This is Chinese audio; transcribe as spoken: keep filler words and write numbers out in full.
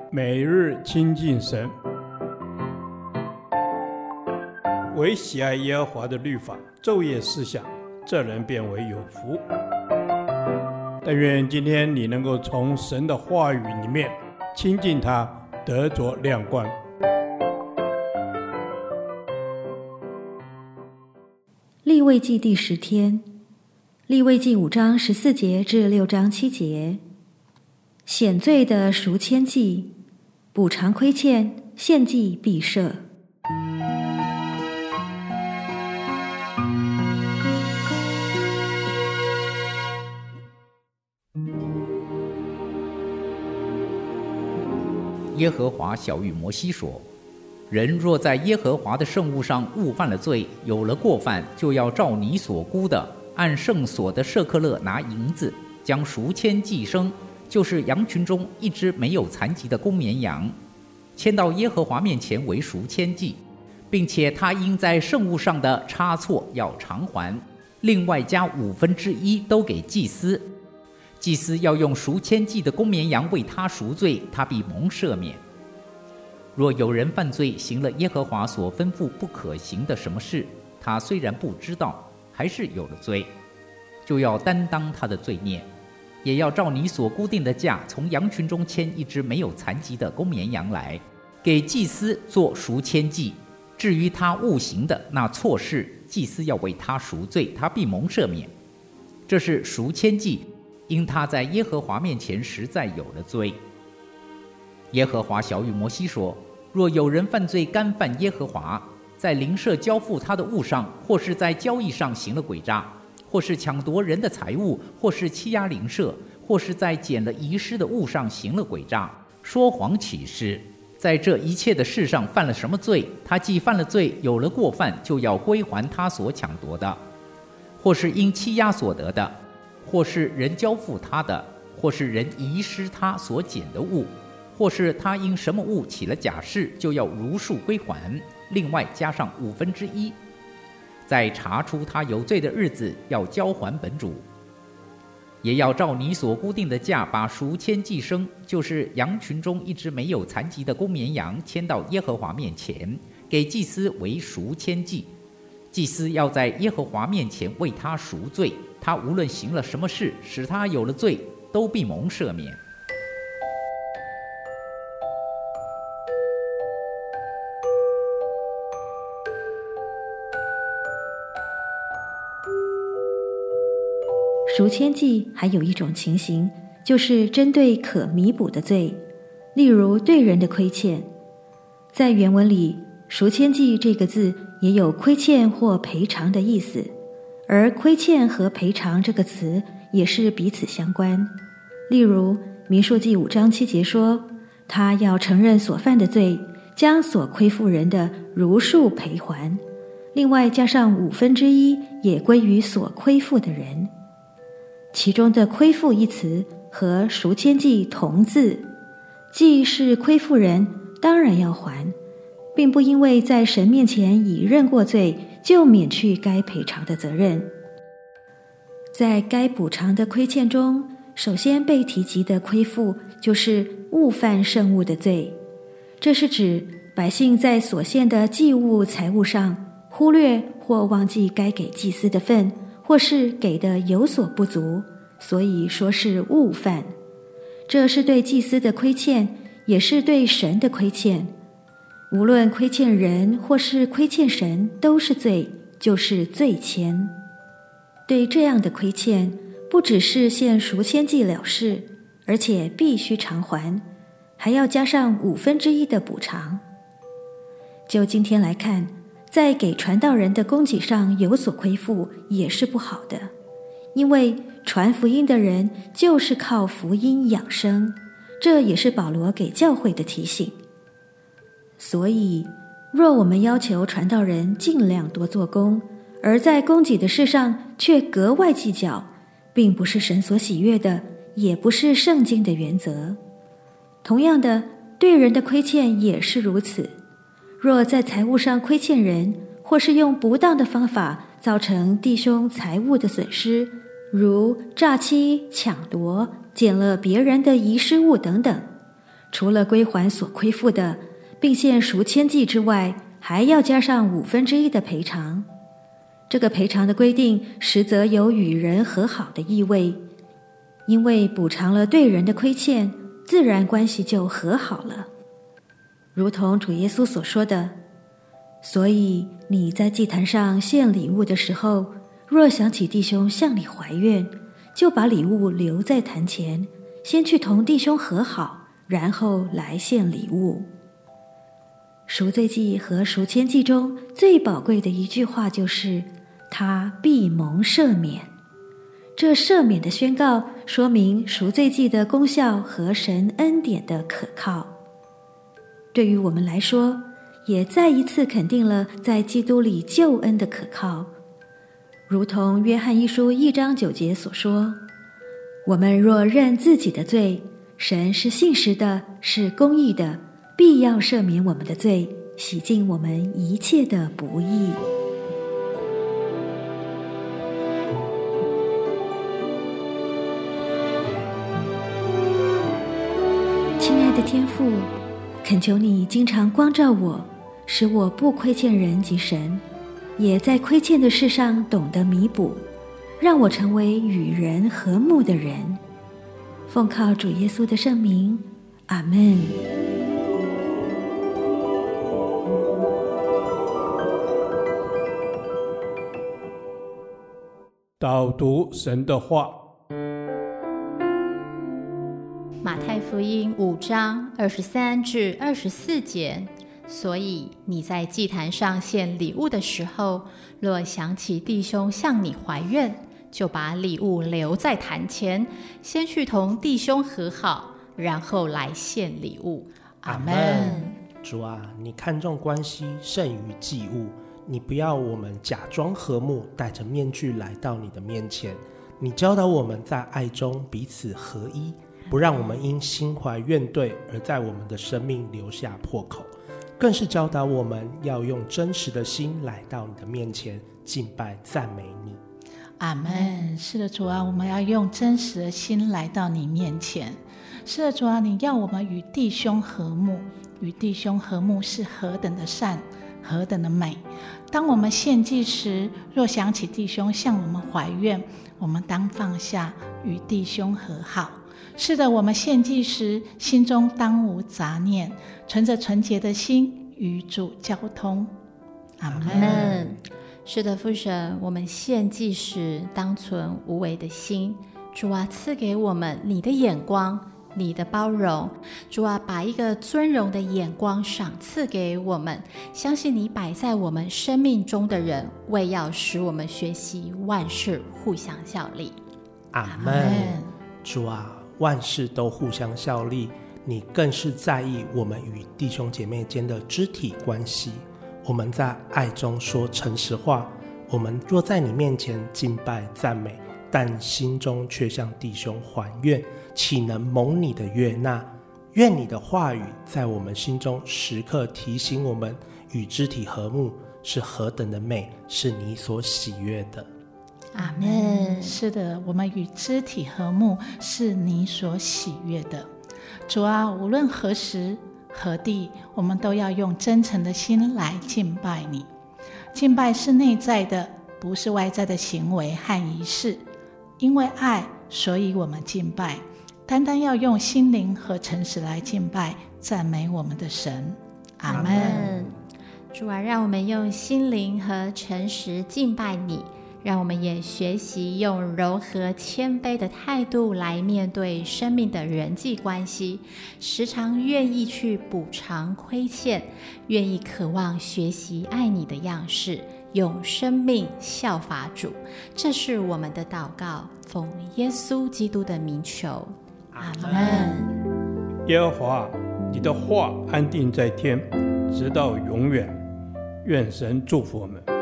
每日亲近神，唯喜爱耶和华的律法，昼夜思想，这人变为有福。但愿今天你能够从神的话语里面亲近他，得着亮光。 利未记第十天，利未记五章十四节至六章七节。显罪的赎愆祭，补偿亏欠，献祭必赦。 耶和华晓谕摩西说，人若在耶和华的圣物上误犯了罪，有了过犯，就要照你所估的，按圣所的舍客勒拿银子，将赎愆祭牲，就是羊群中一只没有残疾的公绵羊，牵到耶和华面前为赎愆祭，并且他应在圣物上的差错要偿还，另外加五分之一都给祭司。祭司要用赎愆祭的公绵羊为他赎罪，他必蒙赦免。若有人犯罪，行了耶和华所吩咐不可行的什么事，他虽然不知道，还是有了罪，就要担当他的罪孽，也要照你所固定的价，从羊群中牵一只没有残疾的公绵羊来，给祭司做赎愆祭。至于他误行的那错事，祭司要为他赎罪，他必蒙赦免。这是赎愆祭，因他在耶和华面前实在有了罪。耶和华晓谕摩西说，若有人犯罪干犯耶和华，在邻舍交付他的物上，或是在交易上行了诡诈，或是抢夺人的财物，或是欺压邻舍，或是在捡了遗失的物上行了诡诈，说谎起誓，在这一切的事上犯了什么罪，他既犯了罪，有了过犯，就要归还他所抢夺的，或是因欺压所得的，或是人交付他的，或是人遗失他所捡的物，或是他因什么物起了假誓，就要如数归还，另外加上五分之一。在查出他有罪的日子，要交还本主。也要照你所固定的价，把赎愆祭牲，就是羊群中一只没有残疾的公绵羊，牵到耶和华面前，给祭司为赎愆祭。祭司要在耶和华面前为他赎罪，他无论行了什么事，使他有了罪，都必蒙赦免。 赎愆祭还有一种情形，就是针对可弥补的罪，例如对人的亏欠。在原文里，赎愆祭这个字也有亏欠或赔偿的意思，而亏欠和赔偿这个词也是彼此相关。例如民数记五章七节说，他要承认所犯的罪，将所亏负人的如数赔还，另外加上五分之一也归于所亏负的人。其中的亏负一词和赎愆祭同字，既是亏负人，当然要还，并不因为在神面前已认过罪，就免去该赔偿的责任。在该补偿的亏欠中，首先被提及的亏负就是误犯圣物的罪，这是指百姓在所献的祭物财物上忽略或忘记该给祭司的份，或是给的有所不足，所以说是误犯。这是对祭司的亏欠，也是对神的亏欠。无论亏欠人或是亏欠神，都是罪，就是罪愆。对这样的亏欠，不只是献赎愆祭了事，而且必须偿还，还要加上五分之一的补偿。就今天来看，在给传道人的供给上有所亏负，也是不好的，因为传福音的人就是靠福音养生，这也是保罗给教会的提醒。所以若我们要求传道人尽量多做工，而在供给的事上却格外计较，并不是神所喜悦的，也不是圣经的原则。同样的，对人的亏欠也是如此。若在财务上亏欠人，或是用不当的方法造成弟兄财物的损失，如诈欺、抢夺、捡了别人的遗失物等等， 除了归还所亏负的，并献赎愆祭之外，还要加上五分之一的赔偿。这个赔偿的规定实则有与人和好的意味，因为补偿了对人的亏欠，自然关系就和好了。如同主耶稣所说的，所以你在祭坛上献礼物的时候，若想起弟兄向你怀怨，就把礼物留在坛前，先去同弟兄和好，然后来献礼物。赎罪祭和赎愆祭中最宝贵的一句话就是他必蒙赦免。这赦免的宣告说明赎罪祭的功效和神恩典的可靠。对于我们来说，也再一次肯定了在基督里救恩的可靠。如同约翰一书一章九节所说，我们若认自己的罪，神是信实的，是公义的，必要赦免我们的罪，洗净我们一切的不义。亲爱的天父，恳求你经常光照我，使我不亏欠人及神，也在亏欠的事上懂得弥补，让我成为与人和睦的人。奉靠主耶稣的圣名，阿们。 导读神的话。 马太福音五章二十三至二十四节，所以你在祭坛上献礼物的时候，若想起弟兄向你怀怨，就把礼物留在坛前，先去同弟兄和好，然后来献礼物。阿们。 主啊，你看重关系胜于祭物，你不要我们假装和睦，戴着面具来到你的面前。你教导我们在爱中彼此合一，不让我们因心怀怨怼而在我们的生命留下破口，更是教导我们要用真实的心来到你的面前，敬拜赞美你。 阿们。是的，主啊，我们要用真实的心来到你面前。是的，主啊，你要我们与弟兄和睦，与弟兄和睦是何等的善，何等的美。当我们献祭时，若想起弟兄向我们怀怨，我们当放下，与弟兄和好。是的，我们献祭时，心中当无杂念，存着纯洁的心与主交通。阿们。 是的，父神，我们献祭时当存无为的心。主啊，赐给我们你的眼光，你的包容。主啊，把一个尊荣的眼光赏赐给我们，相信你摆在我们生命中的人，为要使我们学习万事互相效力。 阿们。主啊，万事都互相效力，你更是在意我们与弟兄姐妹间的肢体关系。我们在爱中说诚实话，我们若在你面前敬拜赞美，但心中却向弟兄还愿，岂能蒙你的悦纳？愿你的话语在我们心中时刻提醒我们，与肢体和睦是何等的美，是你所喜悦的。 阿们。是的，我们与肢体和睦是你所喜悦的。主啊，无论何时何地，我们都要用真诚的心来敬拜你。敬拜是内在的，不是外在的行为和仪式。因为爱，所以我们敬拜，单单要用心灵和诚实来敬拜赞美我们的神。阿们。 主啊，让我们用心灵和诚实敬拜你，让我们也学习用柔和谦卑的态度来面对生命的人际关系，时常愿意去补偿亏欠，愿意渴望学习爱你的样式，用生命效法主。这是我们的祷告，奉耶稣基督的名求。阿们。 耶和华，你的话安定在天，直到永远。愿神祝福我们。